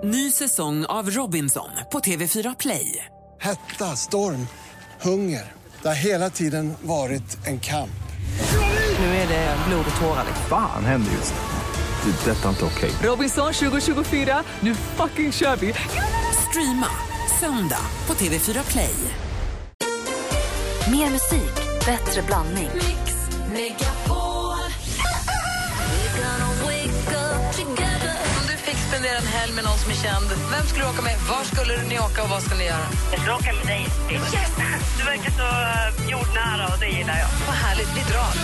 Ny säsong av Robinson på TV4 Play. Hetta, storm, hunger. Det har hela tiden varit en kamp. Nu är det blod och tårar. Fan händer just det. Det är detta inte okej. Robinson 2024, nu fucking kör vi. Streama söndag på TV4 Play. Mer musik, bättre blandning. Mix Megapol. Om du fick spendera en helg med någon som är känd, vem skulle du åka med? Var skulle ni åka och vad skulle ni göra? Jag skulle åka med dig. Yes. Du verkar så jordnära och det gillar jag. Vad härligt, vi drar.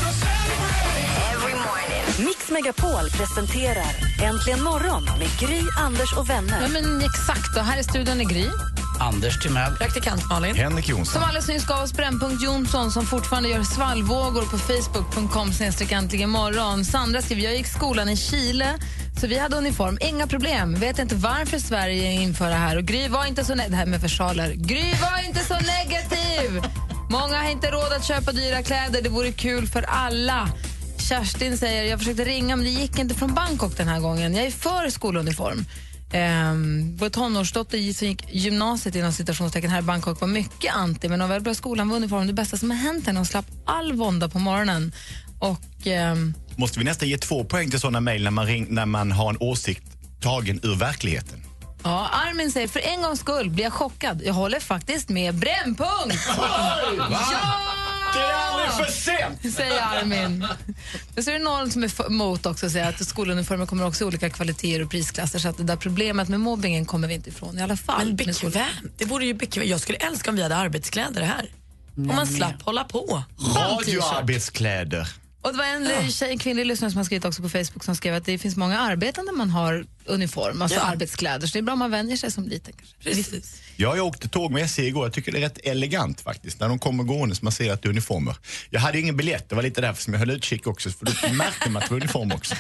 Mix Megapol presenterar Äntligen morgon med Gry, Anders och vänner. Ja, men exakt, och här i studion är Gry. Anders Timell. Praktikant Malin. Henrik Jonsson. Som alldeles nyss gav oss Brännpunkt Jonsson som fortfarande gör svallvågor på facebook.com/äntligen morgon. Sandra skriver, jag gick skolan i Chile så vi hade uniform, inga problem. Vet inte varför Sverige inför det här. Och Gry var inte så det här med versaler. Gry var inte så negativ. Många har inte råd att köpa dyra kläder. Det vore kul för alla. Kerstin säger, jag försökte ringa men det gick inte från Bangkok den här gången. Jag är för skoluniform. Vår tonårsdotter som gick gymnasiet inom citationstecken här i Bangkok var mycket anti, men när väl började skolan var uniform det bästa som har hänt henne och slapp all vånda på morgonen. Och måste vi nästan ge 2 poäng till sådana mejl när man har en åsikt tagen ur verkligheten? ja, Armin säger, för en gångs skull blir jag chockad. Jag håller faktiskt med Brännpunkt. Ja! Det är aldrig för sent! Säger Armin. Men så är det någon som är emot också och säger att skoluniformer kommer också i olika kvaliteter och prisklasser, så att det där problemet med mobbingen kommer vi inte ifrån i alla fall. Men bekvämt, det vore ju bekvämt. Jag skulle älska om vi hade arbetskläder här. Om man slapp hålla på. Radioarbetskläder. Och det var en kvinnlig lyssnare som har skrivit också på Facebook som skrev att det finns många arbeten där man har uniform, alltså arbetskläder. Så det är bra om man vänjer sig som liten kanske. Precis. Jag åkte tåg med SJ igår. Jag tycker det är rätt elegant faktiskt. När de kommer gående så man ser att det är uniformer. Jag hade ingen biljett, det var lite därför som jag höll utkik också. För då märkte man att det var uniform också.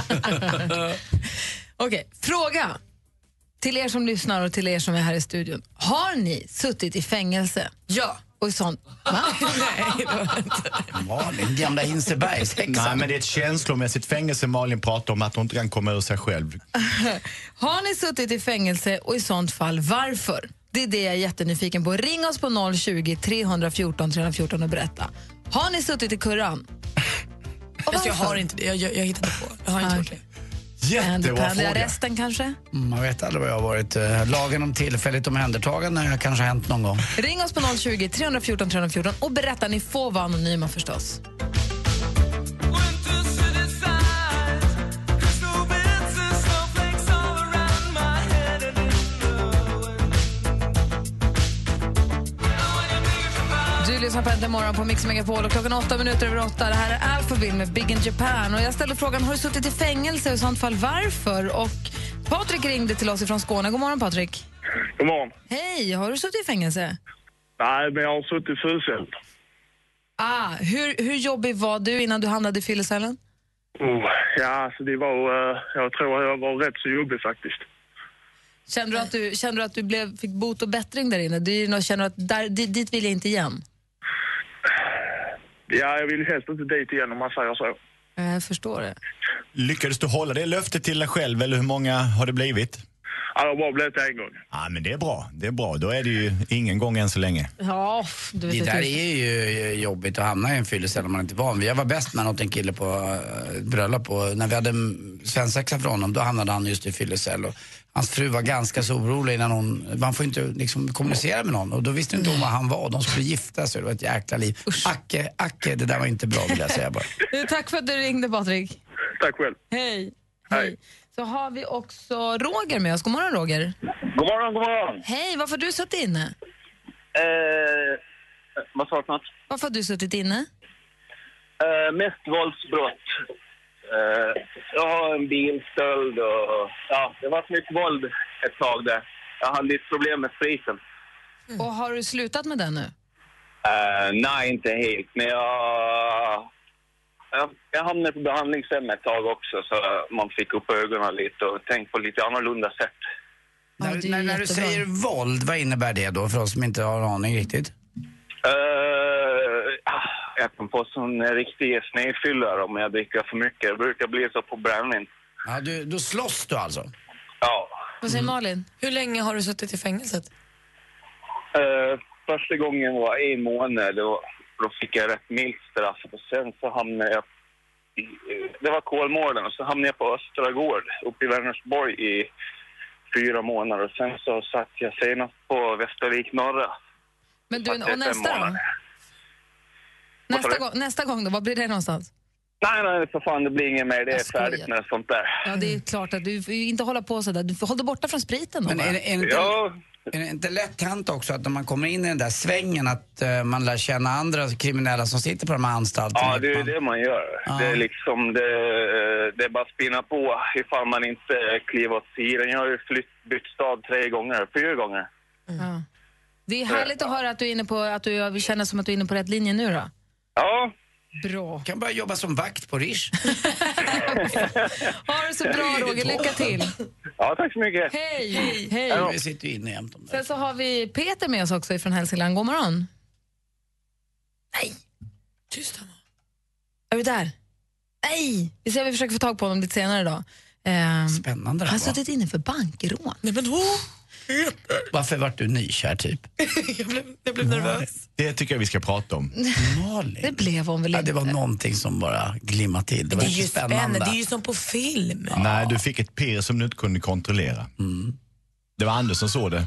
Okej, fråga till er som lyssnar och till er som är här i studion. Har ni suttit i fängelse? Ja. Och sånt. Va? Nej, det var inte. Malin, gamla Hinsebergshäxan. Nej, men det är ett känslomässigt fängelse. Malin pratar om att hon inte kan komma ur sig själv. Har ni suttit i fängelse och i sånt fall varför? Det är det jag är jättenyfiken på. Ring oss på 020 314 314 och berätta. Har ni suttit i kurran? Alltså, jag har inte det. Jag hittade på. Jag har inte gjort det. Jättebra fråga. Arresten kanske? Man vet aldrig vad jag har varit. Lagen om tillfälligt omhändertagande kanske har hänt någon gång. Ring oss på 020 314 314 och berätta, ni får vara anonyma förstås. Du lyssnar på Äntligen morgon på Mix Megapol och klockan 8:08. Det här är Alphaville med Big in Japan. Och jag ställde frågan, har du suttit i fängelse och i sånt fall varför? Och Patrik ringde till oss ifrån Skåne. God morgon Patrik. God morgon. Hej, har du suttit i fängelse? Nej, men jag har suttit i fyllecell. Hur jobbig var du innan du hamnade i fyllecellen? Ja, alltså det var, jag tror jag var rätt så jobbig faktiskt. Kände du att du fick bot och bättring där inne? Känner du att dit vill jag inte igen? Ja, jag vill helst inte dit igen om man säger så. Jag förstår det. Lyckades du hålla det löftet till dig själv eller hur många har det blivit? Ja, det har bara blivit en gång. Ja, men det är bra. Det är bra. Då är det ju ingen gång än så länge. Ja, du vet det där är ju jobbigt att hamna i en fyllecell om man inte är van. Jag var bäst med något en kille på bröllop och när vi hade svensexa från honom, då hamnade han just i fyllecell och hans fru var ganska så orolig innan man får inte liksom kommunicera med någon och då visste inte hon vad han var. De skulle gifta sig, det var ett jäkla liv. Acke, det där var inte bra vill jag säga bara. Tack för att du ringde Patrik. Tack själv. Hej. Hej. Så har vi också Roger med oss. God morgon Roger. God morgon, god morgon. Hej, varför har du suttit inne? Vad sa du något? Varför har du suttit inne? Mest våldsbrott. Jag har en bilstöld och det var mycket våld ett tag där. Jag hade lite problem med spriten. Och har du slutat med den nu? Nej, inte helt. Men jag hamnade på behandlingshem ett tag också så man fick upp ögonen lite och tänkt på lite annorlunda sätt. När du säger våld, vad innebär det då för oss som inte har en aning riktigt? Jag kan få sån riktig snedfyllare om jag dricker för mycket. Jag brukar bli så på brännvin. Ja, då slåss du alltså? Ja. Vad säger Malin? Hur länge har du suttit i fängelset? Första gången var 1 månad. Då fick jag rätt milt straff. Och sen så hamnade jag det var Kolmården, och så hamnade jag på Östra gård uppe i Vänersborg i 4 månader. Och sen så satt jag senast på Västervik norra. Men du, och nästa gång då, vad blir det någonstans? Nej, för fan, det blir inget mer. Det är färdigt med sånt där. Ja, det är klart att du får inte hålla på sådär. Du får hålla borta från spriten då. Men är det inte lätt hänt också att när man kommer in i den där svängen att man lär känna andra kriminella som sitter på de här anstalterna? Ja, det är det man gör. Ja. Det är liksom, det är bara att spinna på ifall man inte kliver åt sidan. Jag har ju bytt stad 4 gånger. Ja. Det är härligt att höra att du är inne på, att du känner som att du är inne på rätt linje nu då. Ja. Bra. Kan bara jobba som vakt på Rish. Ha det så bra, Roger. Lycka till. Ja, tack så mycket. Hej. Vi sitter ju inne jämt om det. Sen så har vi Peter med oss också från Hälsingland. God morgon. Nej. Tyst han. Är vi där? Nej. Vi ser om vi försöker få tag på honom lite senare idag. Spännande. Han har suttit inne för bankrån. Nej, men varför vart du nykär typ? jag blev nervös. Det tycker jag vi ska prata om. Malin. Det blev hon väl inte. Det var någonting som bara glimmade till. Det var ju spännande. Det är ju som på film. Ja. Nej, du fick ett pirr som du inte kunde kontrollera. Det var Anders som såg det.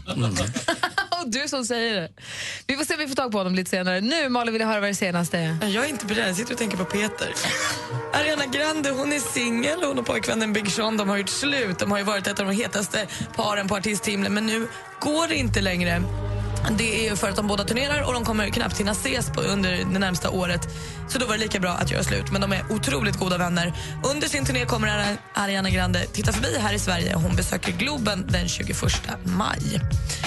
Och du som säger det. Vi får se om vi får tag på honom lite senare. Nu, Malin, vill jag höra vad det senaste är. Jag är inte beredd. Jag sitter och tänker på Peter. Ariana Grande, hon är singel. Hon och pojkvännen Big Sean, de har gjort slut. De har ju varit ett av de hetaste paren på artisthimlen. Men nu går det inte längre. Det är ju för att de båda turnerar och de kommer knappt hinna ses under det närmsta året. Så då var det lika bra att göra slut. Men de är otroligt goda vänner. Under sin turné kommer Ariana Grande titta förbi här i Sverige. Hon besöker Globen den 21 maj.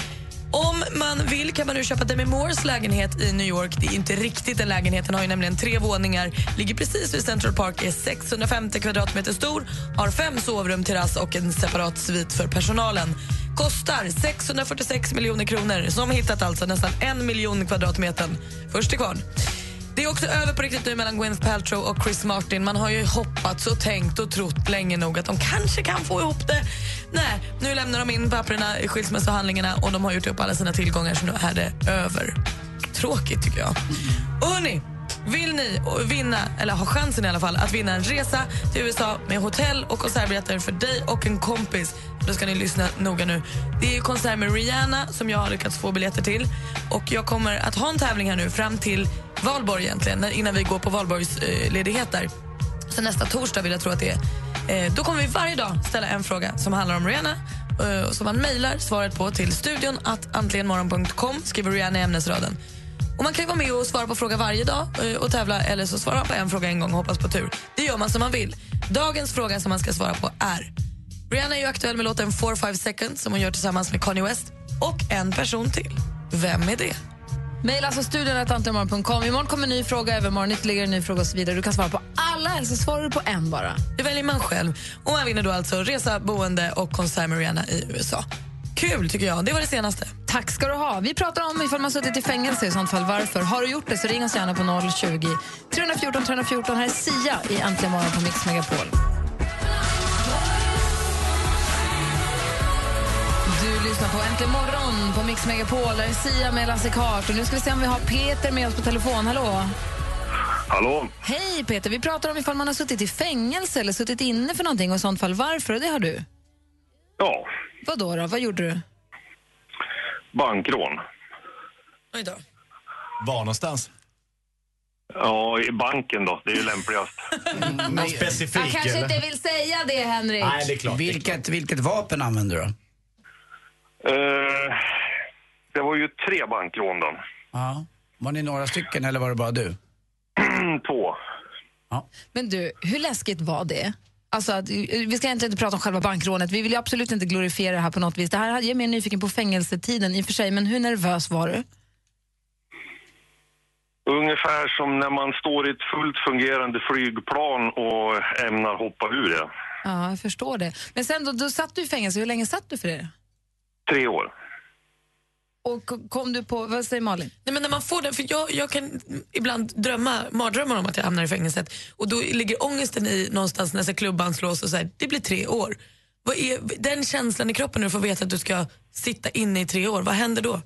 Om man vill kan man nu köpa Demi Moores lägenhet i New York. Det är inte riktigt en lägenhet. Den har ju nämligen 3 våningar. Ligger precis vid Central Park. Är 650 kvadratmeter stor. Har 5 sovrum, terrass och en separat svit för personalen. Kostar 646 miljoner kronor. Som hittat alltså nästan 1 miljon kvadratmeter. Först till kvarn. Det är också över på riktigt nu mellan Gwyneth Paltrow och Chris Martin. Man har ju hoppats och tänkt och trott länge nog att de kanske kan få ihop det. Nej, nu lämnar de in papperna i skilsmässohandlingarna och de har gjort upp alla sina tillgångar, så nu är det över. Tråkigt tycker jag. Och hörni, vill ni vinna, eller ha chansen i alla fall, att vinna en resa till USA med hotell och konsertbiljetter för dig och en kompis, då ska ni lyssna noga nu. Det är ju konsert med Rihanna som jag har lyckats få biljetter till. Och jag kommer att ha en tävling här nu fram till valborg egentligen, innan vi går på valborgsledighet där. Så nästa torsdag vill jag tro att det är. Då kommer vi varje dag ställa en fråga som handlar om Rihanna. Som man mejlar svaret på till studion@antligenmorgon.com. Skriver Rihanna i ämnesraden. Och man kan ju vara med och svara på fråga varje dag och tävla, eller så svarar man på en fråga en gång och hoppas på tur. Det gör man som man vill. Dagens fråga som man ska svara på är: Rihanna är ju aktuell med låten 4-5 seconds som hon gör tillsammans med Kanye West och en person till. Vem är det? Mail alltså studion@antligenmorgon.com. Imorgon kommer en ny fråga, övermorgon ytterligare en ny fråga och så vidare. Du kan svara på alla, eller så svarar du på en bara. Det väljer man själv. Och man vinner då alltså resa, boende och konsert med Rihanna i USA. Kul tycker jag, det var det senaste. Tack ska du ha. Vi pratar om ifall man suttit i fängelse i sånt fall. Varför? Har du gjort det så ring oss gärna på 020 314 314. Här är Sia i Äntligen morgon på Mix Megapol. Du lyssnar på Äntligen morgon på Mix Megapol. Där är Sia med Lasse Kart. Och nu ska vi se om vi har Peter med oss på telefon. Hallå? Hallå? Hej Peter, vi pratar om ifall man har suttit i fängelse eller suttit inne för någonting och i sånt fall. Varför? Och det har du. Ja. Vad då? Vad gjorde du? Bankrån. Oj då. Var någonstans? Ja, i banken då. Det är ju lämpligast. Någon specifik, jag kanske eller? inte vill säga det, Henrik. Nej, det är klart. Vilket vapen använder du då? Det var ju 3 bankrån då. Ja. Var ni några stycken eller var det bara du? 2. Ja. Men du, hur läskigt var det? Alltså, vi ska egentligen inte prata om själva bankrånet. Vi vill ju absolut inte glorifiera det här på något vis. Det här hade jag mer nyfiken på fängelsetiden i och för sig. Men hur nervös var du? Ungefär som när man står i ett fullt fungerande flygplan och ämnar hoppa ur det. Ja, jag förstår det. Men sen då satt du i fängelse. Hur länge satt du för det? 3 år. Och kom du på, vad säger Malin? Nej, men när man får den, för jag kan ibland mardrömmar om att jag hamnar i fängelset. Och då ligger ångesten i någonstans när klubban slås och så här, det blir 3 år. Vad är den känslan i kroppen när du får veta att du ska sitta inne i 3 år? Vad händer då?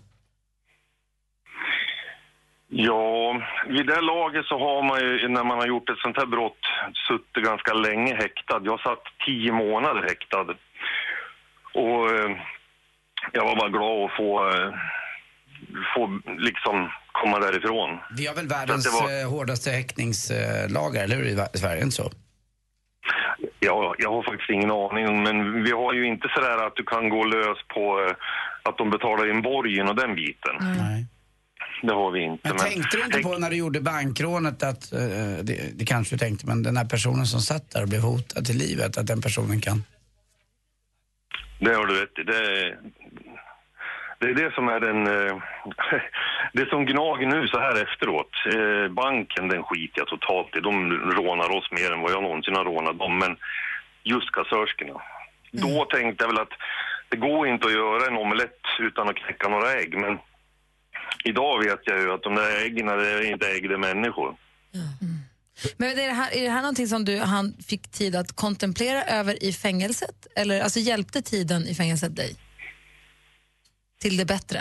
Ja, vid det laget så har man ju, när man har gjort ett sånt här brott, suttit ganska länge häktad. Jag satt 10 månader häktad. Och jag var bara glad att få liksom komma därifrån. Vi har väl världens hårdaste häktningslagar, eller hur, i Sverige, inte så? Ja, jag har faktiskt ingen aning, men vi har ju inte sådär att du kan gå lös på att de betalar in borgen och den biten. Nej. Det har vi inte. Men tänkte du inte på när du gjorde bankrånet att, det kanske du tänkte, men den här personen som satt där och blev hotad till livet, att den personen kan... Det har du rätt i. Det är det som är det som gnager nu så här efteråt. Banken, den skiter jag totalt i. De rånar oss mer än vad jag någonsin har rånat dem. Men just kassörskorna. Då tänkte jag väl att det går inte att göra en omelett utan att knäcka några ägg. Men idag vet jag ju att de där äggen är inte ägg, det är människor. Mm. Men är det här någonting som han fick tid att kontemplera över i fängelset? Eller alltså hjälpte tiden i fängelset dig till det bättre?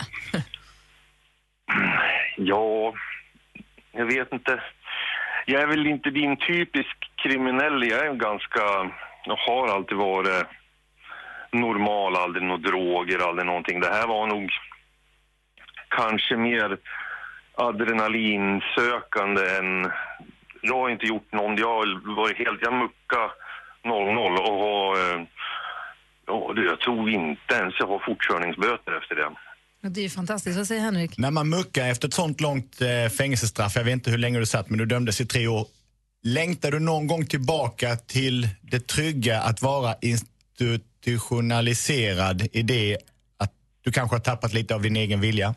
Ja, jag vet inte. Jag är väl inte din typisk kriminell. Jag har alltid varit normal, aldrig några droger, aldrig någonting. Det här var nog kanske mer adrenalinsökande än... Jag har inte gjort någon, jag muckade 00 och jag tror inte ens jag har fortkörningsböter efter det. Det är ju fantastiskt. Vad säger Henrik? När man muckar efter ett sånt långt fängelsestraff, jag vet inte hur länge du satt, men du dömdes i 3 år. Längtar du någon gång tillbaka till det trygga att vara institutionaliserad i det att du kanske har tappat lite av din egen vilja?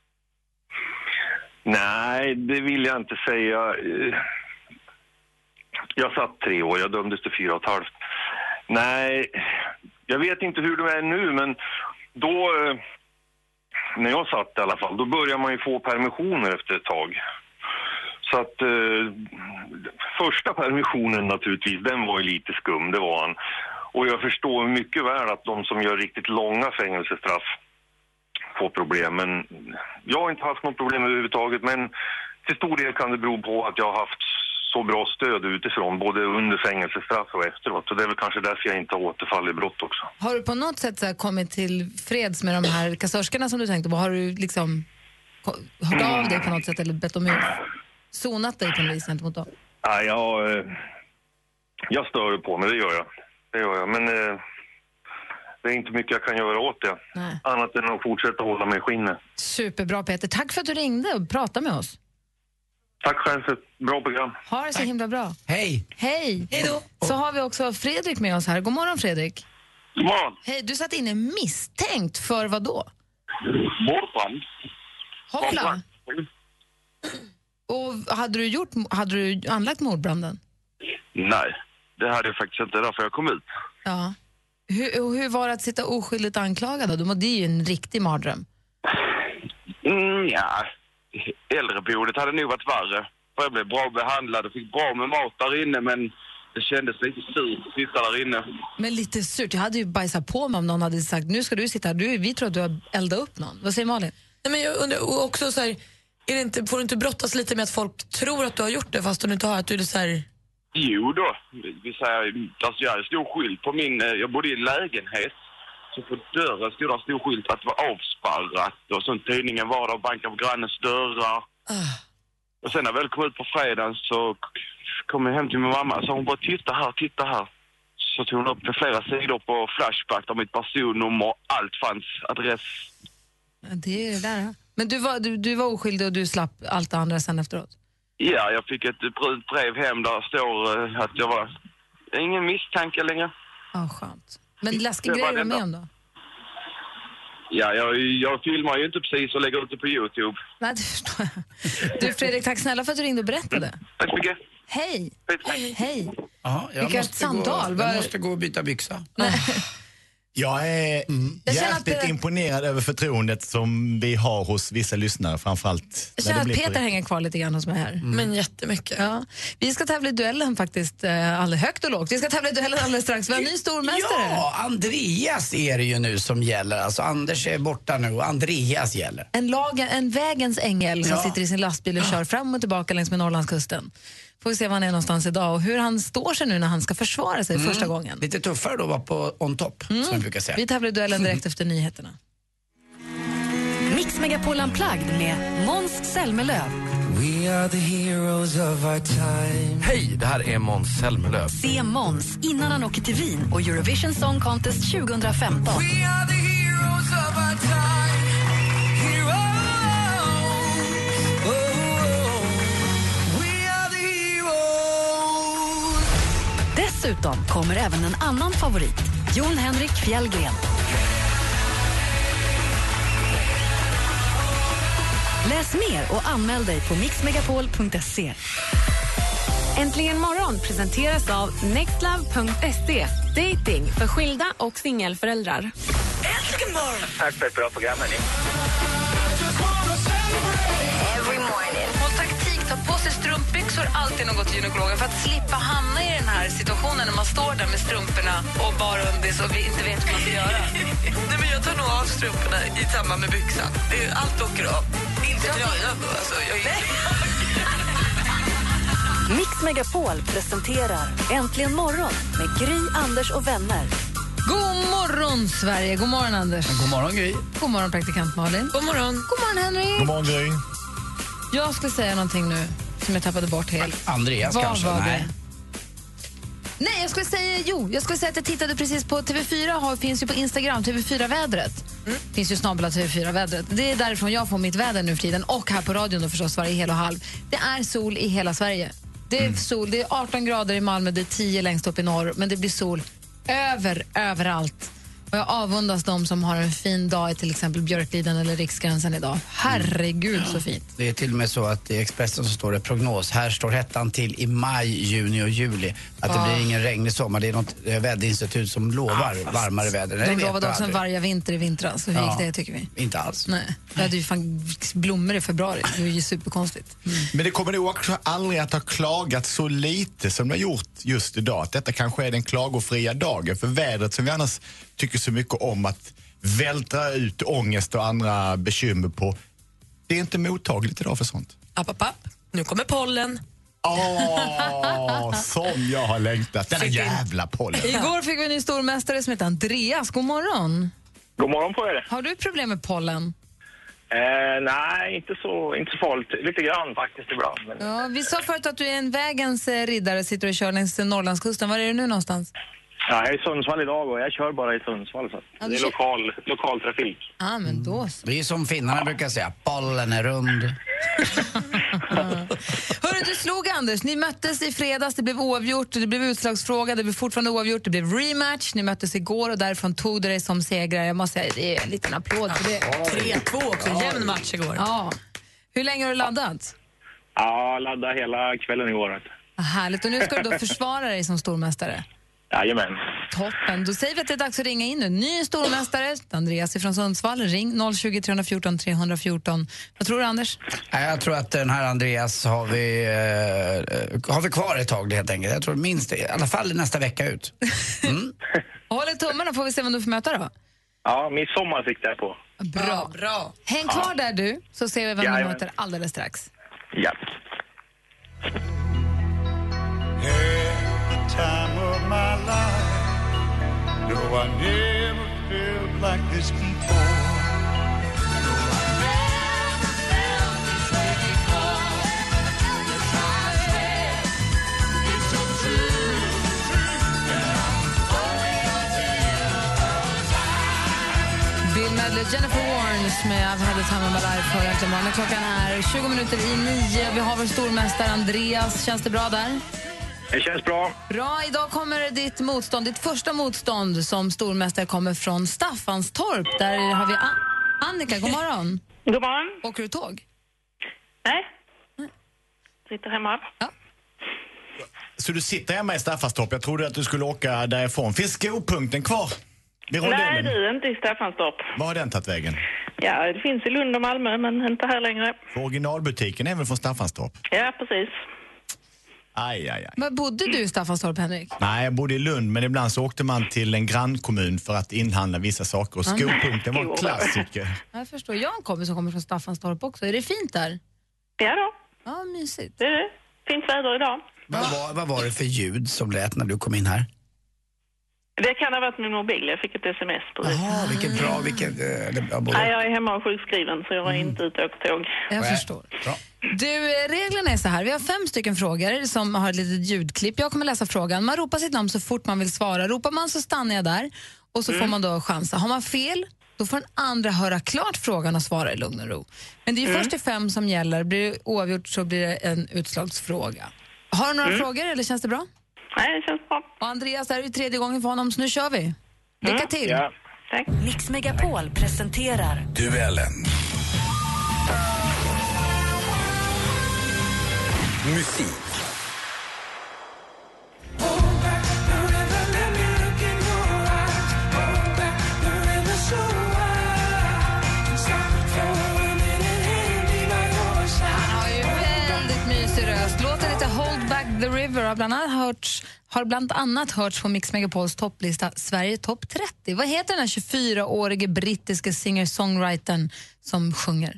Nej, det vill jag inte säga. Jag satt 3 år, jag dömdes till 4,5. Nej, jag vet inte hur det är nu, men då, när jag satt i alla fall, då börjar man ju få permissioner efter ett tag. Så att första permissionen naturligtvis, den var ju lite skum, det var han. Och jag förstår mycket väl att de som gör riktigt långa fängelsestraff får problem. Men jag har inte haft något problem överhuvudtaget, men till stor del kan det bero på att jag har haft så bra stöd utifrån, både under fängelsestraff och efteråt. Så det är väl kanske därför jag inte har återfallit i brott också. Har du på något sätt så här kommit till freds med de här kassörskorna som du tänkte på? Har du liksom hört av dig på något sätt eller bett om sonat dig på något vis gentemot dem? Nej, jag stör på mig, det gör jag. Men det är inte mycket jag kan göra åt det. Nej. Annat än att fortsätta hålla mig i skinnet. Superbra, Peter. Tack för att du ringde och pratade med oss. Tack själv för ett bra program. Ha det så himla bra. Hej. Hej. Hej då. Så har vi också Fredrik med oss här. God morgon, Fredrik. God morgon. Hej, du satt inne misstänkt för vad då? Mordbrand. Hoppla. Och hade du anlagt mordbranden? Nej, det hade jag faktiskt inte, därför jag kom ut. Ja. Hur var det att sitta oskyldigt anklagad då? Det är ju en riktig mardröm. Ja, äldreboendet hade nog varit värre. För jag blev bra behandlad och fick bra med mat där inne, men det kändes lite surt att sitta där inne. Men lite surt? Jag hade ju bajsat på mig om någon hade sagt, nu ska du sitta här. Vi tror att du har eldat upp någon. Vad säger Malin? Nej, men jag undrar också så här, får du inte brottas lite med att folk tror att du har gjort det fast du inte har, att du är så här... Jo då, vi säger, alltså jag hade stor skylt på jag bodde i en lägenhet, så på dörren stod det stor skylt att det var avspärrat och så tidningen var där och bankade på grannens dörrar. Och sen när jag väl kom ut på fredagen så kom jag hem till min mamma, så hon bara titta här. Så tog hon upp flera sidor på Flashback där mitt personnummer, allt fanns, adress. Ja, det är det där. Men du var oskyldig och du slapp allt det andra sen efteråt? Ja, jag fick ett brev hem där det står att jag var ingen misstanke längre. Ja, skönt. Men läskiga grejer du med om då? Ja, jag filmar ju inte precis och lägger ut det på YouTube. Nej, det förstår jag. Du Fredrik, tack snälla för att du ringde och berättade. Tack så mycket. Hej. Hej. Ja, vilket samtal. Jag måste gå och byta byxa. Jag är jäkligt imponerad över förtroendet som vi har hos vissa lyssnare, framförallt. Jag känner att Peter hänger kvar lite grann hos mig här. Men jättemycket. Ja. Vi ska tävla i duellen faktiskt, alldeles högt och lågt. Vi ska tävla i duellen alldeles strax. Vi har en ny stormästare. Ja, Andreas är det ju nu som gäller. Alltså Anders är borta nu och Andreas gäller. En vägens ängel som sitter i sin lastbil och kör fram och tillbaka längs med Norrlandskusten. Får vi se var han är någonstans idag och hur han står sig nu när han ska försvara sig första gången. Lite tuffare då var på on top, som vi brukar säga. Vi tävlar i duellen direkt efter nyheterna. Mix Megapol Unplugged med Måns Zelmerlöw. We are the heroes of our time. Hej, det här är Måns Zelmerlöw. Se Måns innan han åker till Wien och Eurovision Song Contest 2015. We are the heroes of our time. Heroes. Dessutom kommer även en annan favorit, Jon Henrik Fjällgren. Läs mer och anmäl dig på mixmegapol.se. Äntligen morgon presenteras av nextlove.se. Dating för skilda och singelföräldrar. Äntligen morgon! Tack för ett bra program, hörni. Och taktik, ta på sig strumpbyxor alltid något till gynekologen för att slippa hamna i den här situationen när man står där med strumporna och bara undis och vi inte vet vad man ska göra. Nej, men jag tar nog av strumporna i samband med byxan. Allt åker av. Inte tröjan då. Alltså, Mix Megapol presenterar Äntligen morgon med Gry, Anders och vänner. God morgon, Sverige. God morgon, Anders. God morgon, Gry. God morgon, praktikant Malin. God morgon. God morgon, Henrik. God morgon, Gry. Jag skulle säga någonting nu som jag tappade bort helt. Andreas Vad kanske? var det? Nej. Nej, jag skulle säga att jag tittade precis på TV4, finns ju på Instagram, TV4-vädret. Finns ju snabbla TV4-vädret. Det är därifrån jag får mitt väder nu för tiden. Och här på radion då förstås varje hel och halv. Det är sol i hela Sverige. Det är sol, det är 18 grader i Malmö, det är 10 längst upp i norr. Men det blir sol överallt. Och jag avundas de som har en fin dag i till exempel Björkliden eller Riksgränsen idag. Herregud så fint. Det är till och med så att i Expressen så står det prognos. Här står hettan till i maj, juni och juli. Att det blir ingen regnig sommar. Det är något väderinstitut som lovar varmare väder. De lovade också en varje vinter i vintras. Så hur gick det, tycker vi? Inte alls. Nej, det hade ju fan blommor i februari. Det var ju superkonstigt. Men det kommer nog också aldrig att ha klagat så lite som det har gjort just idag. Att detta kanske är den klagofria dagen. För vädret som vi annars tycker så mycket om att vältra ut ångest och andra bekymmer på. Det är inte mottagligt idag för sånt. App. Nu kommer pollen. Som jag har längtat. Den jävla pollen. Igår fick vi en ny stormästare som heter Andreas. God morgon. God morgon på er. Har du problem med pollen? Nej, inte så farligt. Lite grann faktiskt ibland. Men... Ja, vi sa förut att du är en vägens riddare, sitter och kör längs Norrlandskusten. Var är du nu någonstans? Ja, jag är i Sundsvall idag och jag kör bara i Sundsvall. Så det är lokaltrafik. Ja, men då så. Det är som finnarna brukar säga, bollen är rund. Hörru, du slog Anders. Ni möttes i fredags, det blev oavgjort, det blev utslagsfråga, det blev fortfarande oavgjort, det blev rematch. Ni möttes igår och därifrån tog du dig som segrare. Jag måste säga, det är en liten applåd för det. 3-2 också, jämn match igår. Ja. Hur länge har du laddat? Ja, ladda hela kvällen igår. Härligt, och nu ska du då försvara dig som stormästare. Jajamän. Toppen. Då säger vi att det är dags att ringa in nu. Ny stormästare, Andreas från Sundsvall. Ring 020 314 314. Vad tror du, Anders? Jag tror att den här Andreas har vi kvar ett tag helt enkelt. Jag tror minst i alla fall nästa vecka ut. Håll tummarna, får vi se vem du får möta då. Ja, midsommar fick jag på. Bra. Häng kvar där du, så ser vi vem du möter alldeles strax. Ja. Time of my life. No, I never felt like this before. No, I never felt this way before. Yes, I swear it's so true, yeah. Bill Medley, Jennifer Warnes med I've had a time of my life för Äntligen morgon. Klockan är 20 minuter i 9. Vi har vår stormästare Andreas. Känns det bra där? Det känns bra. Bra, idag kommer ditt första motstånd som stormästare kommer från Staffanstorp. Där har vi Annika, god morgon. God morgon. Åker du tåg? Nej. Sitter hemma. Ja. Så du sitter hemma i Staffanstorp. Jag trodde att du skulle åka därifrån. Finns skopunkten kvar? Nej, du är inte i Staffanstorp. Var har den tagit vägen? Ja, det finns i Lund och Malmö, men inte här längre. För originalbutiken är väl från Staffanstorp? Ja, precis. Aj. Men bodde du i Staffanstorp, Henrik? Nej, jag bodde i Lund, men ibland så åkte man till en grannkommun för att inhandla vissa saker. Och skopunkten var en klassiker. Jag förstår. Jag har en kompis som kommer från Staffanstorp också. Är det fint där? Ja då. Ja, mysigt. Det är det. Fint väder idag. Vad var det för ljud som lät när du kom in här? Det kan ha varit min mobil. Jag fick ett sms på det. Jaha, vilket bra. Nej, jag är hemma och sjukskriven, så jag är inte ute och åkt tåg. Jag förstår. Bra. Du, reglerna är så här. Vi har 5 stycken frågor som har ett litet ljudklipp. Jag kommer läsa frågan. Man ropar sitt namn så fort man vill svara. Ropar man så stannar jag där och så får man då chansa. Har man fel, då får den andra höra klart frågan och svara i lugn och ro. Men det är ju först till 5 som gäller. Blir det oavgjort så blir det en utslagsfråga. Har du några frågor eller känns det bra? Nej, det känns bra. Och Andreas, det här är ju 3:e gången för honom, så nu kör vi. Lycka till! Ja, tack. Mix Megapol presenterar Duellen. Musik. Han har ju väldigt mysig röst. Låter lite Hold Back the River har bland annat hörts på Mix Megapols topplista Sverige topp 30. Vad heter den här 24-årige brittiska singer-songwritern som sjunger?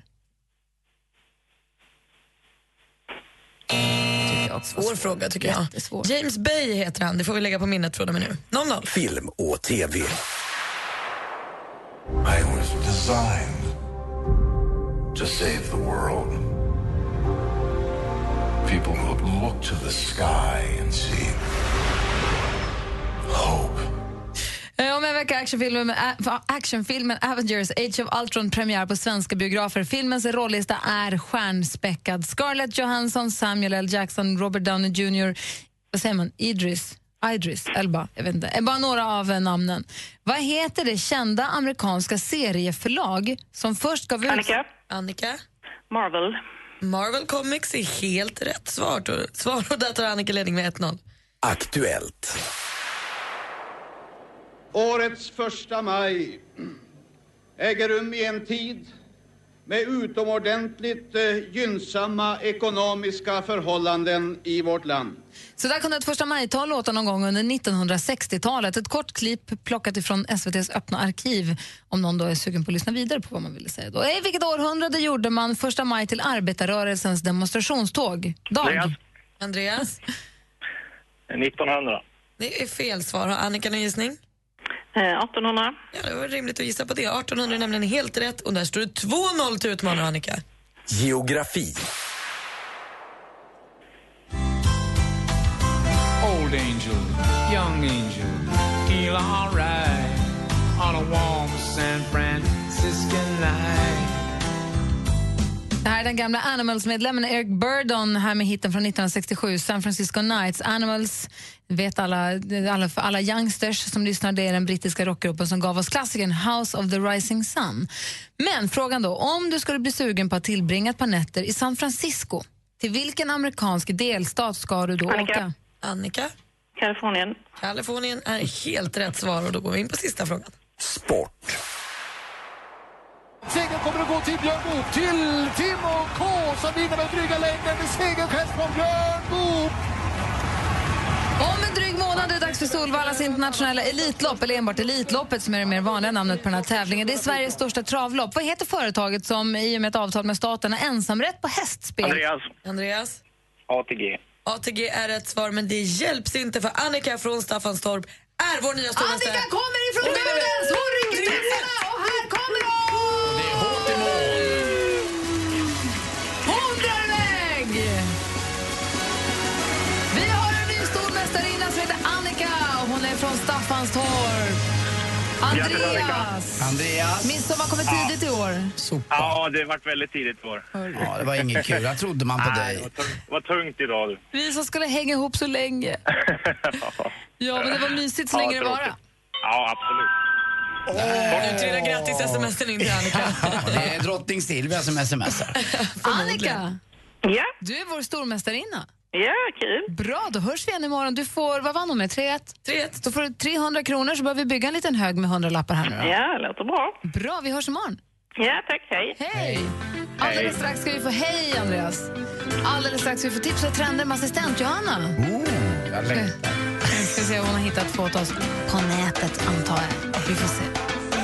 Svår fråga tycker jag. James Bay heter han, det får vi lägga på minnet från och med nu. 0-0. Film och TV. I was designed to save the world. People will look to the sky and see hope. Om en vecka actionfilmen Avengers Age of Ultron premiär på svenska biografer. Filmens rollista är stjärnspäckad. Scarlett Johansson, Samuel L. Jackson, Robert Downey Jr. Vad säger man? Idris Elba, jag vet inte. Är bara några av namnen. Vad heter det kända amerikanska serieförlag som först gav ut... Annika? Marvel Comics är helt rätt svar och där tar Annika ledning med 1-0. Aktuellt. Årets 1 maj äger rum i en tid med utomordentligt gynnsamma ekonomiska förhållanden i vårt land. Så där kunde ett 1 maj-tal låta någon gång under 1960-talet. Ett kort klipp plockat ifrån SVT:s öppna arkiv, om någon då är sugen på att lyssna vidare på vad man ville säga då. I vilket århundrade gjorde man 1 maj till arbetarrörelsens demonstrationståg? Andreas? 1900. Det är fel svar. Har Annika en gissning? 1800. Ja, det var rimligt att gissa på det. 1800 är nämligen helt rätt och där står det 2-0 till utmanare, Annika. Geografi. Old angel, young angel, feel alright on a warm San Francisco night. Det här är den gamla Animals-medlemmen Eric Burdon här med hitten från 1967, San Francisco Nights. Animals, vet alla youngsters som lyssnar, det är den brittiska rockgruppen som gav oss klassikern House of the Rising Sun. Men frågan då, om du skulle bli sugen på att tillbringa ett par nätter i San Francisco, till vilken amerikansk delstat ska du då åka? Annika? Kalifornien är helt rätt svar och då går vi in på sista frågan. Sport. Segern kommer att gå till Björn Goop, till Timo K som vinner med dryga längden med segergest från Björn Goop. Om en dryg månad är det dags för Solvallas internationella elitlopp, eller enbart Elitloppet som är det mer vanliga namnet på den här tävlingen. Det är Sveriges största travlopp. Vad heter företaget som i och med ett avtal med staten har ensamrätt på hästspel? Andreas? ATG. ATG är ett svar, men det hjälps inte för Annika från Staffanstorp är vår nya stormästare. Annika kommer ifrån Dödens! Hon rycker spetsarna och här kommer hon! Det är hårt i mål. Hon drar iväg! Vi har en ny stormästarinna som heter Annika och hon är från Staffanstorp. Andreas. Midsommar kommer tidigt i år. Ja, det har varit väldigt tidigt i år. Ja, det var inget kul. Jag trodde man på dig. Det var tungt idag. Du. Vi som skulle hänga ihop så länge. Ja, men det var mysigt så länge det var. Ja, absolut. Nu trillar grattis sms:en in till Annika. Det är drottning Silvia som smsar. Annika, ja? du är vår stormästarinna. Ja, kul. Bra, då hörs vi igen imorgon. Du får, vad vann hon med? 3-1? 3-1. Då får du 300 kronor, så behöver vi bygga en liten hög med 100 lappar här nu då. Ja, det låter bra. Bra, vi hörs imorgon. Ja, tack. Hej. Hej. Alldeles strax ska vi få... Hej, Andreas. Alldeles strax ska vi få tips och trender med assistent Johanna. Jag längtar. Vi ska se vad hon har hittat på oss på nätet, antar jag. Vi får se.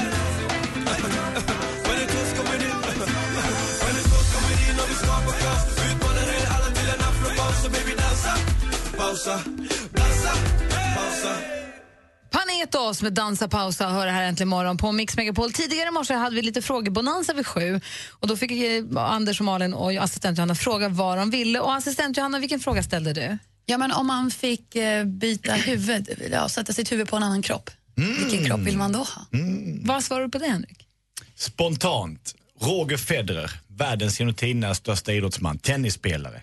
Panetos med Dansa pausa hör här äntligen morgon på Mix Megapol. Tidigare i morse hade vi lite frågebonanza vid 7 och då fick Anders och Malin och assistent Johanna fråga vad de ville. Och assistent Johanna, vilken fråga ställde du? Ja, men om man fick byta huvud, sätta sitt huvud på en annan kropp, vilken kropp vill man då ha? Vad svarar du på det, Henrik? Spontant, Roger Federer, världens genom tiderna största idrottsman, tennisspelare.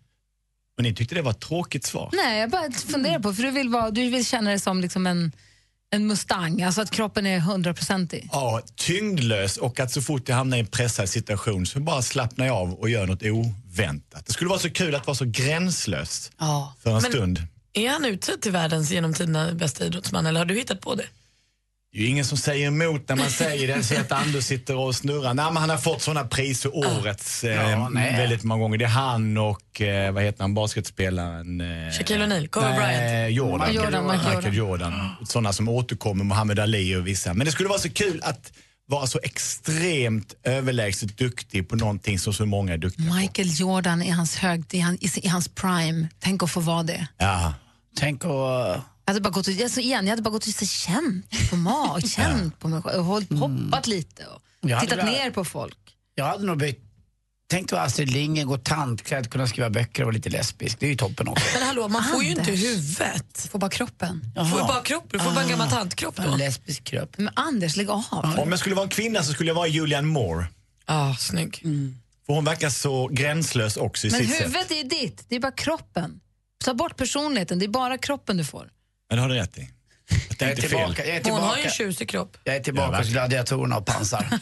Men ni tyckte det var ett tråkigt svar? Nej, jag bara funderar på, för du vill känna det som liksom en Mustang, alltså att kroppen är 100%. Ja, tyngdlös, och att så fort jag hamnar i en pressad situation så bara slappnar jag av och gör något oväntat. Det skulle vara så kul att vara så gränslös för en stund. Är han utsedd till världens genom tiderna bästa idrottsman, eller har du hittat på det? Det är ju ingen som säger emot när man säger det. Jag ser att Anders sitter och snurrar. Nej, men han har fått sådana priser årets väldigt många gånger. Det är han och, vad heter han, basketspelaren? Shaquille O'Neal, Kobe Bryant. Michael Jordan. Sådana som återkommer, Muhammad Ali och vissa. Men det skulle vara så kul att vara så extremt överlägset duktig på någonting som så många är duktiga Michael Jordan i hans i hans prime. Tänk att få vara det. Ja. Tänk att... Jag hade bara gått och känt på mat, känt på mig själv, hoppat lite och tittat ner på folk. Jag hade nog tänkt att Astrid Lindgren går tantklädd, kunna skriva böcker och vara lite lesbisk. Det är ju toppen också. Men hallå, man får ju inte huvudet. Du får bara kroppen. Du får bara kroppen, du får bara en gammal tantkropp då. En lesbisk kropp. Men Anders, lägg av. Om jag skulle vara en kvinna så skulle jag vara Julianne Moore. Snygg. För hon verkar så gränslös också i sitt sätt. Men huvudet är ju ditt, det är bara kroppen. Ta bort personligheten, det är bara kroppen du får. Men det har du rätt i. Jag är tillbaka. Hon har ju en tjusig kropp. Jag är tillbaka hos gladiatorerna och pansar.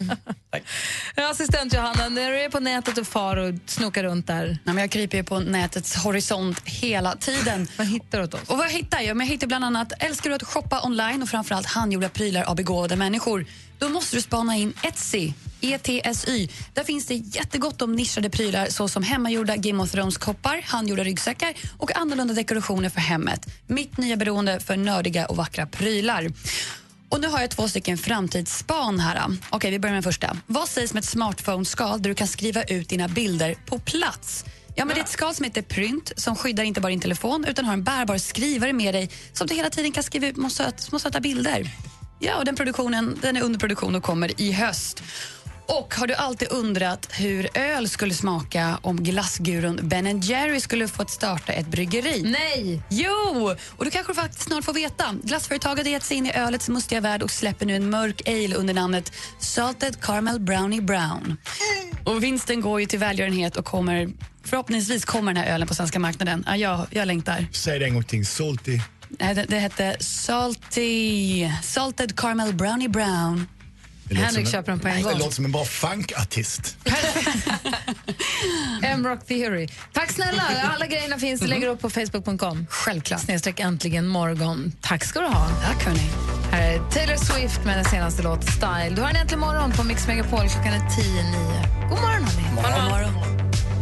Assistent Johanna, när du är på nätet och far och snokar runt där. Nej, men jag kryper ju på nätets horisont hela tiden. Vad hittar du åt oss? Och vad hittar jag? Men jag hittar bland annat, älskar du att shoppa online och framförallt handgjorda prylar av begåvade människor? Då måste du spana in Etsy. ETSY. Där finns det jättegott om nischade prylar såsom hemmagjorda Game of Thrones-koppar, handgjorda ryggsäckar och annorlunda dekorationer för hemmet. Mitt nya beroende för nördiga och vackra prylar. Och nu har jag 2 stycken framtidsspan här. Okej, vi börjar med första. Vad sägs med ett smartphone-skal där du kan skriva ut dina bilder på plats? Ja, men det är ett skal som heter Print som skyddar inte bara din telefon utan har en bärbar skrivare med dig som du hela tiden kan skriva ut små söta bilder. Ja, och den är under produktion och kommer i höst. Och har du alltid undrat hur öl skulle smaka om glassgurun Ben & Jerry skulle få starta ett bryggeri? Nej! Jo! Och du kanske faktiskt snart får veta. Glassföretaget har gett sig in i ölets mustiga värld och släpper nu en mörk ale under namnet Salted Caramel Brownie Brown. Och vinsten går ju till välgörenhet och förhoppningsvis kommer den här ölen på svenska marknaden. Ja, jag längtar. Säg det en gång till, salty. Nej, det hette Salted Caramel Brownie Brown. Henrik köper den på en gång. Det låter som en bra funkartist. M-Rock Theory. Tack snälla. Alla grejerna finns. Lägger upp på facebook.com. Självklart. / äntligen morgon. Tack ska du ha. Tack hörni. Här är Taylor Swift med den senaste låt Style. Du har en äntligen morgon på Mix Megapol. Klockan är 10:09. God morgon hörni. God morgon.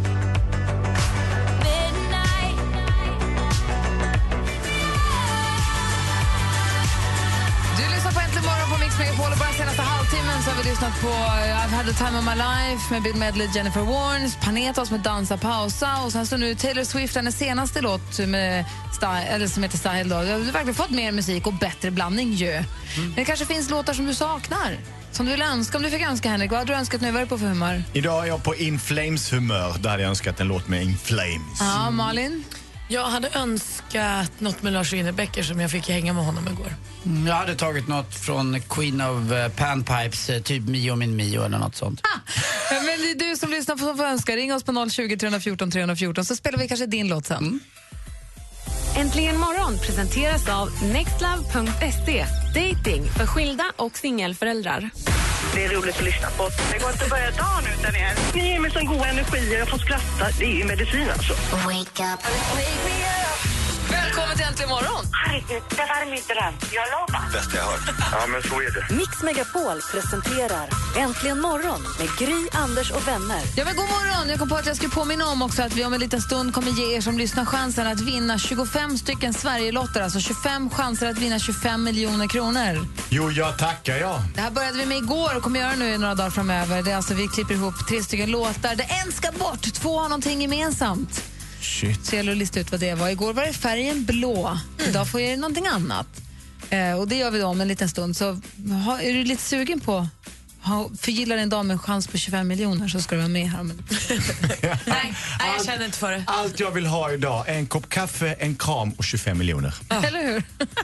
På den senaste halvtimmen så har vi lyssnat på I've had the time of my life med Bill Medley, Jennifer Warnes, Panetos med Dansa pausa och sen så nu Taylor Swift, hennes senaste låt med som heter Style då. Du har verkligen fått mer musik och bättre blandning ju. Men det kanske finns låtar som du saknar, som du vill önska. Om du fick önska, Henrik, vad hade du önskat nu? Vad är du på för humör? Idag är jag på In Flames-humör. Där hade jag önskat en låt med In Flames. Ja, Malin? Jag hade önskat något med Lars Winnerbäcker som jag fick hänga med honom igår. Jag hade tagit något från Queen of Panpipes, typ Mio min Mio eller något sånt. Men det är du som lyssnar på önska. Ring oss på 020 314 314 så spelar vi kanske din låt sen. Äntligen morgon presenteras av nextlove.se. Dating för skilda och singelföräldrar. Det är roligt att lyssna på. Det går inte att börja dagen utan er. Ni ger mig sån god energi och jag får skratta. Det är ju medicin alltså. Wake up. Wake me up. Välkommen till Äntligen morgon. Herregud, det var min dröm. Jag lovar. Bästa jag hört. Ja, men så är det. Mix Megapol presenterar Äntligen morgon med Gry, Anders och vänner. Ja, men god morgon. Jag kom på att jag skulle påminna om också att vi om en liten stund kommer ge er som lyssnar chansen att vinna 25 stycken Sverigelotter. Alltså 25 chanser att vinna 25 miljoner kronor. Jo, jag tackar jag. Det här började vi med igår och kommer göra nu i några dagar framöver. Det är alltså, vi klipper ihop 3 stycken låtar. Det en ska bort, 2 har någonting gemensamt. Shit. Så jag lista ut vad det var. Igår var det färgen blå. Idag får jag någonting annat. Och det gör vi då om en liten stund. Så är du lite sugen på förgillar en dag med en chans på 25 miljoner så ska du vara med här. Nej, jag känner inte för det. Allt jag vill ha idag är en kopp kaffe, en kram och 25 miljoner. Eller hur?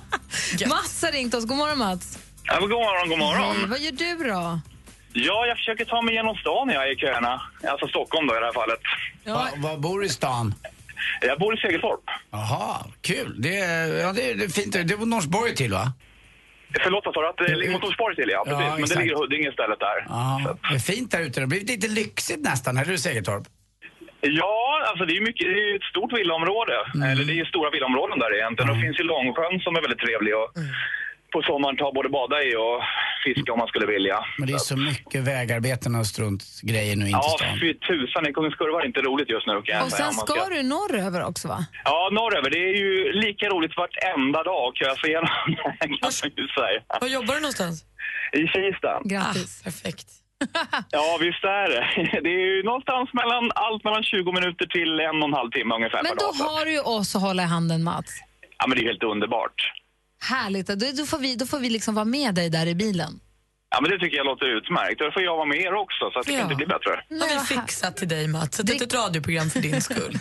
Mats har ringt oss. God morgon, Mats. Ja, god morgon, god morgon. Hej, vad gör du då? Ja, jag försöker ta mig genom stan jag är i köerna. Alltså Stockholm då i det här fallet. Ja. Var bor du i stan? Jag bor i Segeltorp. Jaha, kul. Det är fint. Det var Norsborg till, va? Förlåt, jag sa att det ligger mot Norsborg till, ja. Precis. Men det ligger i Huddinge istället där. Ja, det är fint där ute. Det har blivit lite lyxigt nästan. Här är du Segeltorp. Ja, alltså det är mycket, det är ett stort villaområde. Eller det är stora villaområden där egentligen. Det finns ju Långsjön som är väldigt trevlig och på sommaren tar både bada i och fiska om man skulle vilja. Men det är så mycket vägarbeten och struntgrejer nu in till stan. Ja, fy tusan. I Kungens Kurva är inte roligt just nu. Kan jag och säga, sen ska du norröver också, va? Ja, norröver. Det är ju lika roligt vartenda dag kan jag säga. Kan man ju säga. Var jobbar du någonstans? I Kista. Grattis. Perfekt. Ja, visst är det. Det är ju någonstans mellan 20 minuter till 1,5 timme ungefär. Men då har du ju oss att hålla i handen, Mats. Ja, men det är helt underbart. Härligt. Då får vi liksom vara med dig där i bilen. Ja, men det tycker jag låter utmärkt. Då får jag vara med er också så att det kan inte bli bättre. Har vi fixat till dig, Mats. Det är ett radioprogram för din skull.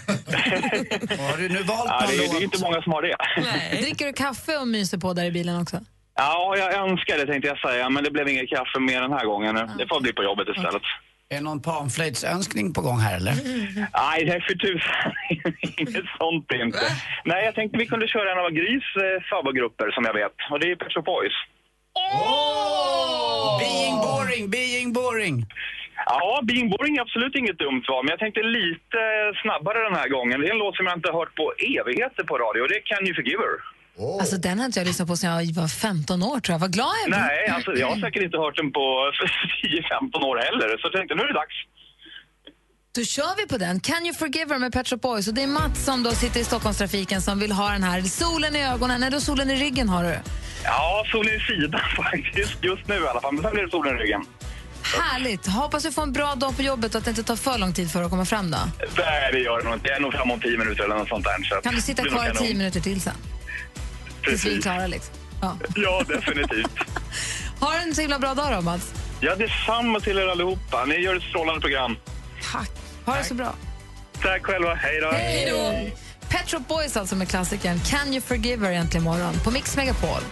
Har du nu valt det är inte många som har det. Nej. Dricker du kaffe och myser på där i bilen också? Ja, jag önskar det tänkte jag säga. Men det blev inget kaffe mer den här gången. Det får bli på jobbet istället. Är det någon panflöjtsönskning på gång här, eller? Nej, det är för tusan. Inget sånt inte. Nej, jag tänkte vi kunde köra en av Grys favoritgrupper som jag vet. Och det är Pet Shop Boys. Being boring. Ja, Being Boring är absolut inget dumt val. Men jag tänkte lite snabbare den här gången. Det är en låt som jag inte har hört på evigheter på radio. Det är Can You Forgive Her. Alltså den har inte jag lyssnat på sedan jag var 15 år, tror jag. Vad glad jag blev. Nej, alltså jag har säkert inte hört den på 10-15 år heller. Så jag tänkte, nu är det dags. Då kör vi på den. Can You Forgive Her med Pet Shop Boys. Och det är Mats som då sitter i Stockholmstrafiken som vill ha den här. Solen i ögonen. Eller solen i ryggen har du? Ja, solen i sidan faktiskt. Just nu i alla fall. Men sen blir det solen i ryggen. Härligt. Hoppas du får en bra dag på jobbet och att det inte tar för lång tid för att komma fram då. Nej, det gör det nog inte. Jag är nog fram om 10 minuter eller något sånt där. Så kan du sitta kvar 10 minuter till sen? Tills vi är klara liksom. Ja, definitivt. Ha en så himla bra dag då, Mats. Ja, det är samma till er allihopa. Ni gör ett strålande program. Tack. Ha det så bra. Tack själva. Hej då. Hej då. Pet Shop Boys alltså med klassikern Can You Forgive Her egentligen imorgon på Mix Megapol.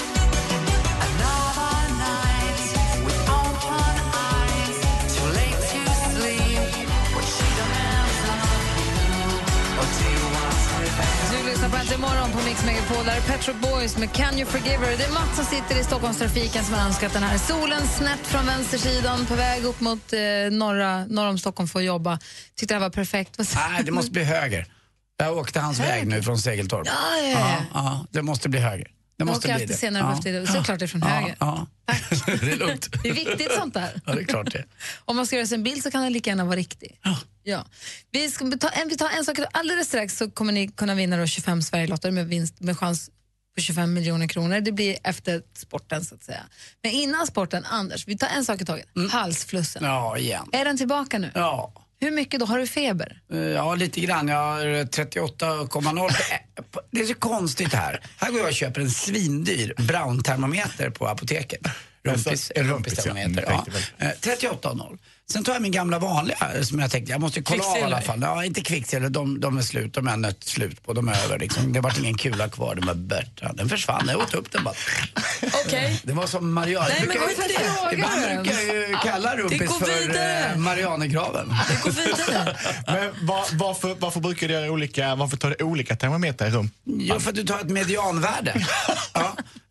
Du lyssnar på Äntligen morgon på Mix Megapol. Där är Pet Shop Boys med Can You Forgive Her. Det är Mats som sitter i Stockholmstrafiken som har önskat den här. Solen snett från vänstersidan på väg upp mot norr om Stockholm för att jobba. Tyckte det var perfekt. Nej, det måste bli höger. Jag åkte hans väg nu från Segeltorp. Ja, det måste bli höger. Det måste bli det. Senare såklart det är från höger. Ja. Det är lugnt. Det är viktigt sånt där. Ja, det är klart det. Om man ska göra sig en bild så kan den lika gärna vara riktig. Ja. Vi tar en sak. Alldeles strax så kommer ni kunna vinna då 25 Sverigelotter med chans på 25 miljoner kronor. Det blir efter sporten så att säga. Men innan sporten, Anders, vi tar en sak i taget. Halsflussen. Ja, igen. Är den tillbaka nu? Ja. Hur mycket då? Har du feber? Ja, lite grann. Jag har 38,0. Det är så konstigt här. Här går jag och köper en svindyr Brown-termometer på apoteket. Rumpistermometer. Ja. 38,0. Sen tar jag min gamla vanliga som jag tänkte, jag måste kolla av i alla fall. Ja, inte kvicksilver, de är slut, de är nött slut på, de är över liksom. Det var ingen kula kvar, de var börta. Den försvann, jag åt upp den bara. Okej. Det var som Marianne. Nej, men ibland brukar jag ju kalla rumpis för Marianegraven. Det går vidare. Men varför brukar du göra varför tar du olika termometer i rum? Jo, för att du tar ett medianvärde. Ja.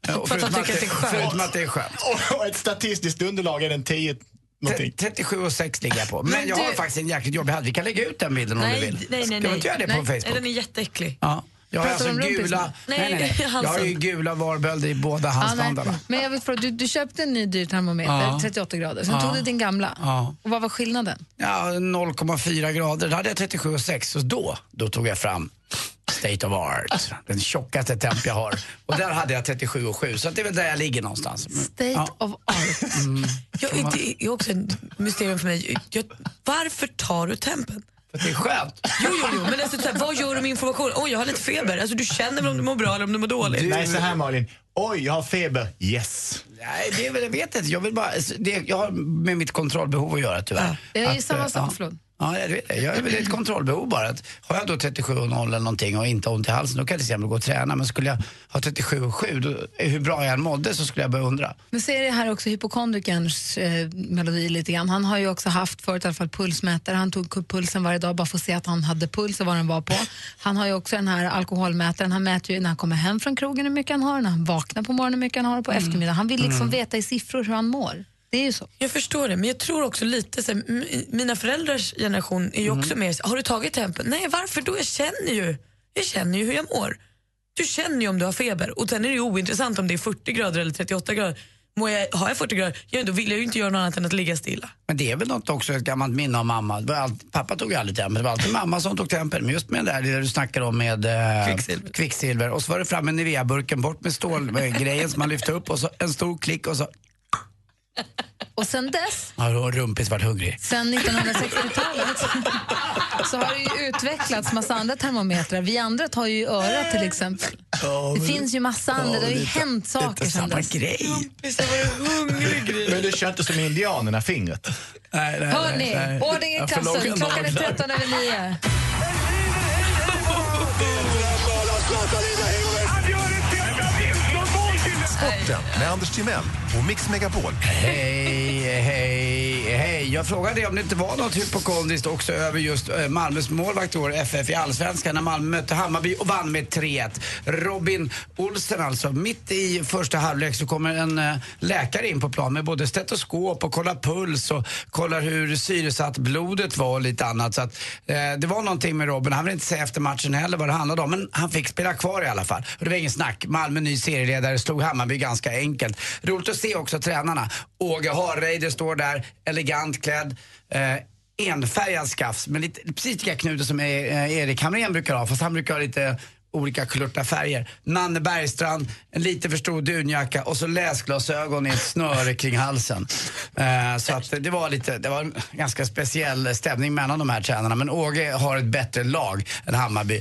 Förutom att det är skönt. Och ett statistiskt underlag är den 10 någonting. 37,6 ligger jag på. Men jag har faktiskt en jäkligt jobb. Vi kan lägga ut den bilden om du vill. Nej. Ska vi inte göra det på Facebook? Den är jätteäcklig. Ja. Jag har alltså gula... Nej. Jag har ju gula varbölder i båda halsbandarna. Men jag vill fråga, du köpte en ny dyr termometer, 38 grader. Sen tog du din gamla. Och vad var skillnaden? Ja, 0,4 grader. Då hade jag 37,6. Så då tog jag fram State of Art. Den tjockaste temp jag har. Och där hade jag 37,7. Så det är väl där jag ligger någonstans. State of Art. Det är också ett mysterium för mig. Varför tar du tempen? För det är skönt. Jo, men alltså, vad gör du med information? Jag har lite feber. Alltså, du känner väl om du mår bra eller om du mår dåligt? Nej, så här Malin. Jag har feber. Yes. Nej, det är väl, jag vet inte. Jag vill bara, jag har med mitt kontrollbehov att göra tyvärr. Det är samma sak, förlåt. Ja, jag vet det. Jag är väl ett kontrollbehov bara. Har jag då 37,0 eller någonting och inte ont i halsen, då kan jag till exempel gå och träna. Men skulle jag ha 37,7, hur bra jag än mådde, så skulle jag börja undra. Men ser det här också hypokondrikerns melodi lite grann. Han har ju också haft förut i alla fall pulsmätare. Han tog pulsen varje dag bara för att se att han hade puls och vad den var på. Han har ju också den här alkoholmätaren. Han mäter ju när han kommer hem från krogen hur mycket han har, när han vaknar på morgonen hur mycket han har på eftermiddagen. Han vill liksom veta i siffror hur han mår. Det är ju så. Jag förstår det, men jag tror också lite så, mina föräldrars generation är ju också mer, har du tagit tempen? Nej, varför då? Jag känner ju hur jag mår. Du känner ju om du har feber, och sen är det ju ointressant om det är 40 grader eller 38 grader. Har jag 40 grader, då vill jag ju inte göra något annat än att ligga stilla. Men det är väl något också, ett gammalt minne av mamma. Pappa tog ju aldrig tempen, det var alltid mamma som tog tempen. Men just med det där du snackar om med kvicksilver. Och så var det fram med Nivea-burken, bort med stålgrejen som man lyfte upp, och så en stor klick och så... Och sen dess... Har rumpis varit hungrig. Sen 1960-talet så har det ju utvecklats massa andra termometrar. Vi andra tar ju öra till exempel. Det finns ju massa andra, det har ju hänt saker sen dess. Grej. Rumpis har varit hungrig. Men du kör inte som indianerna fingret. Hörni, ordning i klassen. Klockan är 13:09. Sporten med Anders Timell och Mix Megapol. Hej. Jag frågade om det inte var något hypokondriskt också över just Malmös målvakt år FF i Allsvenskan när Malmö mötte Hammarby och vann med 3-1. Robin Olsen alltså. Mitt i första halvlek så kommer en läkare in på plan med både stetoskop och kollar puls och kollar hur syresatt blodet var och lite annat. Så att, det var någonting med Robin. Han vill inte säga efter matchen heller vad det handlade om, men han fick spela kvar i alla fall. Och det var ingen snack. Malmö ny serieledare, slog Hammarby ganska enkelt. Roligt att se också tränarna. Åge Harreide står där, elegant klädd. Enfärgad skafs, men lite, precis lika knuter som Erik Hamrén brukar ha, fast han brukar ha lite olika klurta färger. Nanne Bergstrand, en lite för stor dunjacka och så läsglasögon i ett snöre kring halsen. Så att det var en ganska speciell stämning mellan de här tränarna. Men Åge har ett bättre lag än Hammarby,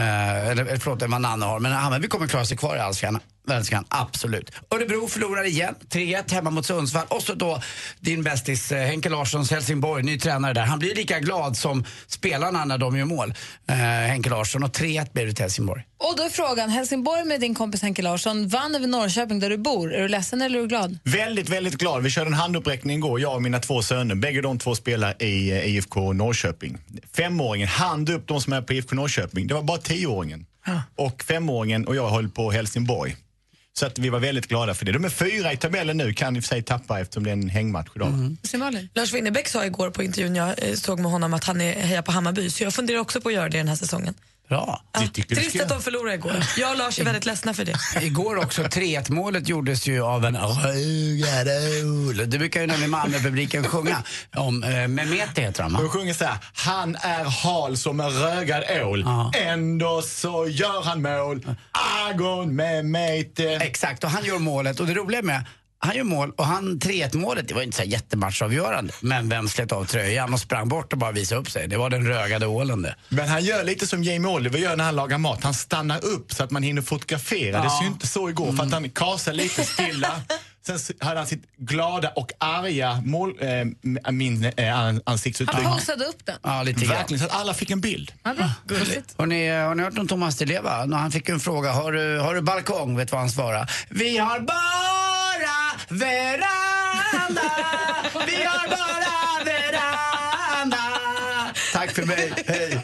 än vad Nanne har. Men Hammarby kommer klara sig kvar i Allsvenskan. Absolut. Örebro förlorar igen 3-1 hemma mot Sundsvall. Och så då din bästis Henke Larssons Helsingborg, ny tränare där. Han blir lika glad som spelarna när de gör mål, Henke Larsson. Och 3-1 blir det till Helsingborg. Och då är frågan, Helsingborg med din kompis Henke Larsson vann över Norrköping där du bor. Är du ledsen eller är du glad? Väldigt, väldigt glad. Vi körde en handuppräckning igår, jag och mina 2 söner. Bägge de 2 spelar i IFK Norrköping. 5-åringen hand upp de som är på IFK Norrköping. Det var bara 10-åringen. Och 5-åringen och jag höll på Helsingborg. Så att vi var väldigt glada för det. De är 4 i tabellen nu, kan i och för sig tappa eftersom det är en hängmatch idag. Lars Winnerbäck sa igår på intervjun jag såg med honom att han hejar på Hammarby, så jag funderar också på att göra det den här säsongen. Bra. Trist att de förlorade igår. Jag och Lars är väldigt ledsna för det. Igår också 3-1-målet gjordes ju av en Rögarol. Det brukar ju nämligen Malmö-publiken sjunga om. Mehmeti heter han, va? De sjunger så här: han är hal som en rögad ål. Ändå så gör han mål. Agon Mehmeti. Exakt, och han gör målet. Och det roliga med han gör mål och han 3-1-målet, det var inte så jättematchavgörande. Men vem slet av tröjan och sprang bort och bara visade upp sig. Det var den rögade ålen det. Men han gör lite som Jamie Oliver gör när han lagar mat. Han stannar upp så att man hinner fotografera. Det ser ju inte så igår för att han kasar lite stilla. Sen hade han sitt glada och arga ansiktsuttryck. Han posade upp den. Ja, lite grann. Verkligen, så att alla fick en bild. Har ni hört om Thomas Di Leva? När han fick en fråga, har du balkong? Vet vad han svarade? Vi har bara veranda. Vi har bara veranda. Tack för mig. Hej.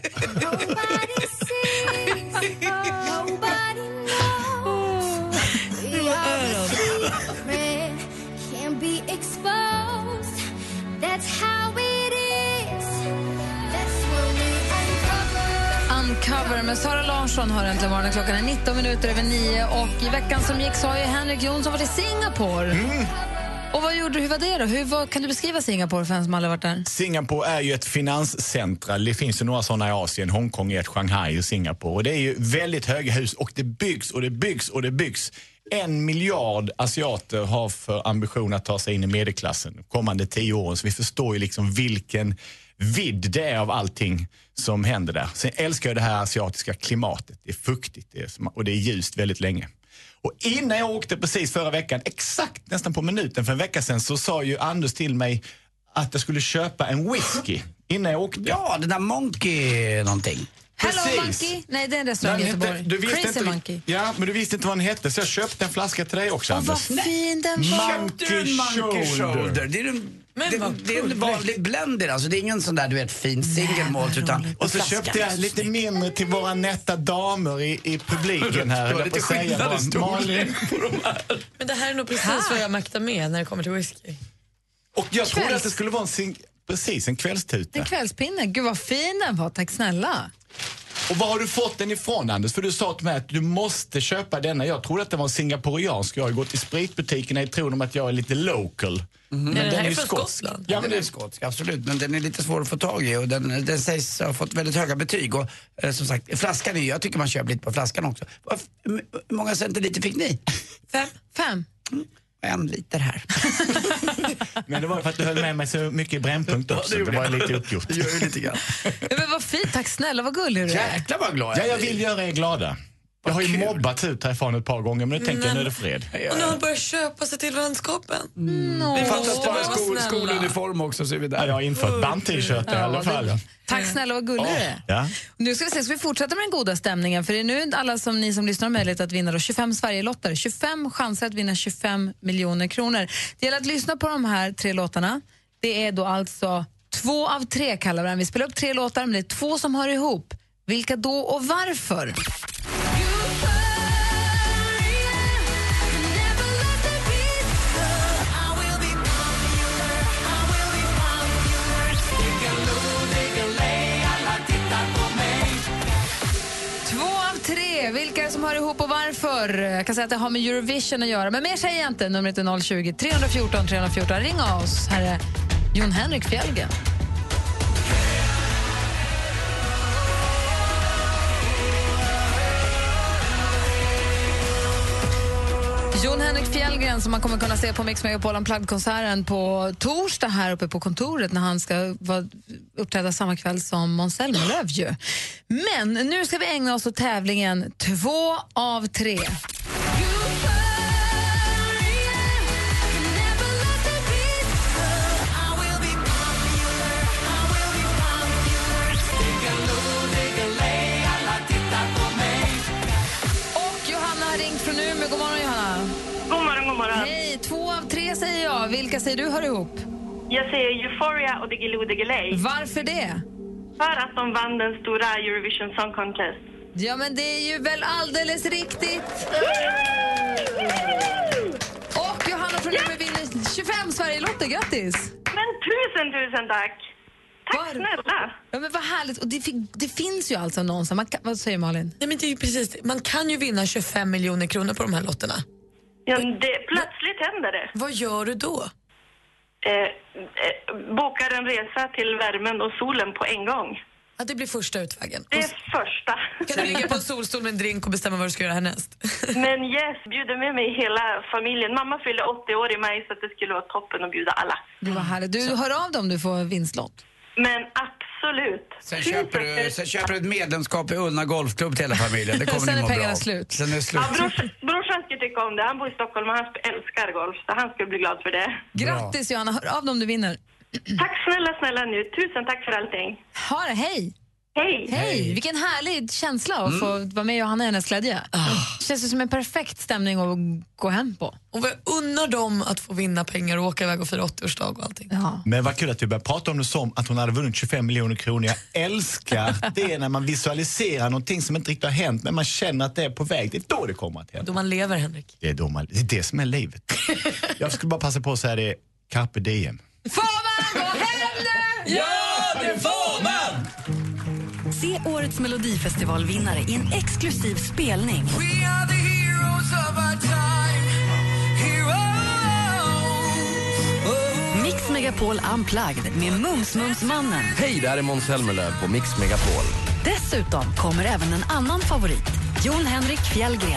Lover med Sara Larsson har äntligen morgonen. Klockan är 19 minuter över 9 och i veckan som gick så har ju Henrik Jonsson varit i Singapore. Och vad gjorde du? Hur var det då? Kan du beskriva Singapore för en som aldrig varit där? Singapore är ju ett finanscentrum. Det finns ju några sådana i Asien. Hongkong är ett, Shanghai och Singapore. Och det är ju väldigt höga hus och det byggs och det byggs och det byggs. 1 miljard asiater har för ambition att ta sig in i medelklassen kommande 10 åren. Så vi förstår ju liksom vilken vidd det är av allting som händer där. Sen älskar jag det här asiatiska klimatet. Det är fuktigt och det är ljust väldigt länge. Och innan jag åkte precis förra veckan, exakt nästan på minuten för en vecka sedan, så sa ju Anders till mig att jag skulle köpa en whisky innan jag åkte. Ja, den där Monkey någonting. Hello Monkey? Nej, det är en restaurang i Göteborg. Crazy Monkey. Ja, men du visste inte vad den hette, så jag köpte en flaska till dig också, Anders. Vad fin den var. Monkey Shoulder. Det är en vanlig blender, alltså det är ingen sån där, du vet, fin singelmalt utan. Och så köpte jag lite mindre till våra nätta damer i publiken här. Det var lite skillnad i storlek på de här. Men det här är nog precis vad jag maktar med när det kommer till whisky. Och jag trodde att det skulle vara en kvällstuta. En kvällspinne. Gud vad fin den var, tack snälla. Och var har du fått den ifrån, Anders? För du sa till mig att du måste köpa denna. Jag trodde att den var singaporiansk. Jag har gått i spritbutikerna i tron om att jag är lite local. Men den är ju skotsk. Ja, men den är skotsk, absolut. Men den är lite svår att få tag i och den sägs ha fått väldigt höga betyg. Och som sagt, flaskan är ju, jag tycker man köper lite på flaskan också. Hur många centiliter fick ni? 5. 1 liter här. Men det var för att du höll med mig så mycket i Brännpunkt också. Det var lite uppgjort. Det gör ju lite grann. Ja, men vad fint, tack snälla, vad gullig du är. Jäklar vad glad jag är. Ja, jag vill göra er glada. Jag har ju mobbat ut härifrån ett par gånger, men nu tänker jag nu är det fred. Och nu har han börjat köpa sig till vänskapen. Vi fattar skoluniform också, så är vi där. Ja, jag har infört band-t-shirt i alla fall. Tack snälla, vad gullig du är. Ja. Nu ska vi fortsätta med den goda stämningen, för det är nu alla ni som lyssnar har möjlighet att vinna då 25 Sverige-lotter. 25 chanser att vinna 25 miljoner kronor. Det gäller att lyssna på de här 3 låtarna. Det är då alltså 2 av 3 kallar vi den. Vi spelar upp 3 låtar, men det är 2 som hör ihop. Vilka då och varför? Vilka är det som hör ihop och varför? Jag kan säga att det har med Eurovision att göra. Men mer säger jag inte. Numret är 020 314 314. Ring oss. Här är Jon Henrik Fjällgren. Jon Henrik Fjällgren som man kommer kunna se på Mix Megapol Unplugged-konserten på torsdag här uppe på kontoret när han ska uppträda samma kväll som Måns Zelmerlöw ju. Men nu ska vi ägna oss åt tävlingen 2 av 3. Hej, 2 av 3 säger jag. Vilka säger du hör ihop? Jag säger Euphoria och Diggiloo Diggiley. Varför det? För att de vann den stora Eurovision Song Contest. Ja, men det är ju väl alldeles riktigt. Och Johanna från Umeå vinner 25 Sverige-lotter. Grattis! Men tusen tack. Tack snälla. Ja, men vad härligt. Och det finns ju alltså någon som... Vad säger Malin? Nej, men det är ju precis, man kan ju vinna 25 miljoner kronor på de här lotterna. Ja, plötsligt händer det. Vad gör du då? Bokar en resa till värmen och solen på en gång. Ja, det blir första utvägen. Det är första. Kan du ligga på en solstol med en drink och bestämma vad du ska göra härnäst? Men bjuder med mig hela familjen. Mamma fyller 80 år i maj, så att det skulle vara toppen att bjuda alla. Det var härligt. Du hör av dig om du får vinstlott. Men absolut. Sen köper du ett medlemskap i Ullna golfklubb till hela familjen. Det kommer sen är pengarna bra. Slut. Sen är det slut. Ja, brorsan skulle tycka om det. Han bor i Stockholm och han älskar golf. Så han skulle bli glad för det. Grattis Johanna, hör av dig om du vinner. Tack snälla nu. Tusen tack för allting. Ha det, hej. Hej. Vilken härlig känsla att få vara med Johanna i hennes glädje. Känns det som en perfekt stämning att gå hem på. Och vi unnar dem att få vinna pengar och åka iväg och fira 80-årsdag och allting. Ja. Men vad kul att vi börjar prata om det som att hon hade vunnit 25 miljoner kronor. Jag älskar det när man visualiserar någonting som inte riktigt har hänt, men man känner att det är på väg. Det är då det kommer att hända. Då man lever, Henrik. Det är det som är livet. Jag skulle bara passa på att säga det. Carpe diem. Får man gå hem nu? Ja, det får man! Se årets Melodifestivalvinnare i en exklusiv spelning. Mix Megapol Unplugged med Mums-Mums-mannen. Hej, det här är Måns Zelmerlöw på Mix Megapol. Dessutom kommer även en annan favorit, Jon Henrik Fjällgren.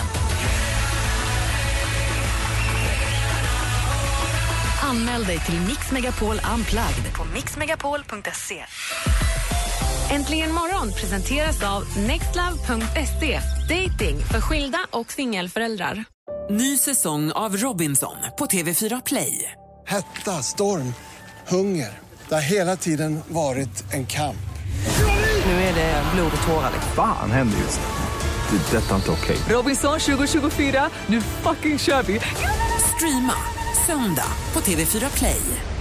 Anmäl dig till Mix Megapol Unplugged på mixmegapol.se. Äntligen morgon presenteras av nextlove.se. Dating för skilda och singelföräldrar. Ny säsong av Robinson på TV4 Play. Hetta, storm, hunger. Det har hela tiden varit en kamp. Nu är det blod och tårar. Fan händer just det. Det är detta inte okej. Robinson 2024, nu fucking kör vi. Streama söndag på TV4 Play.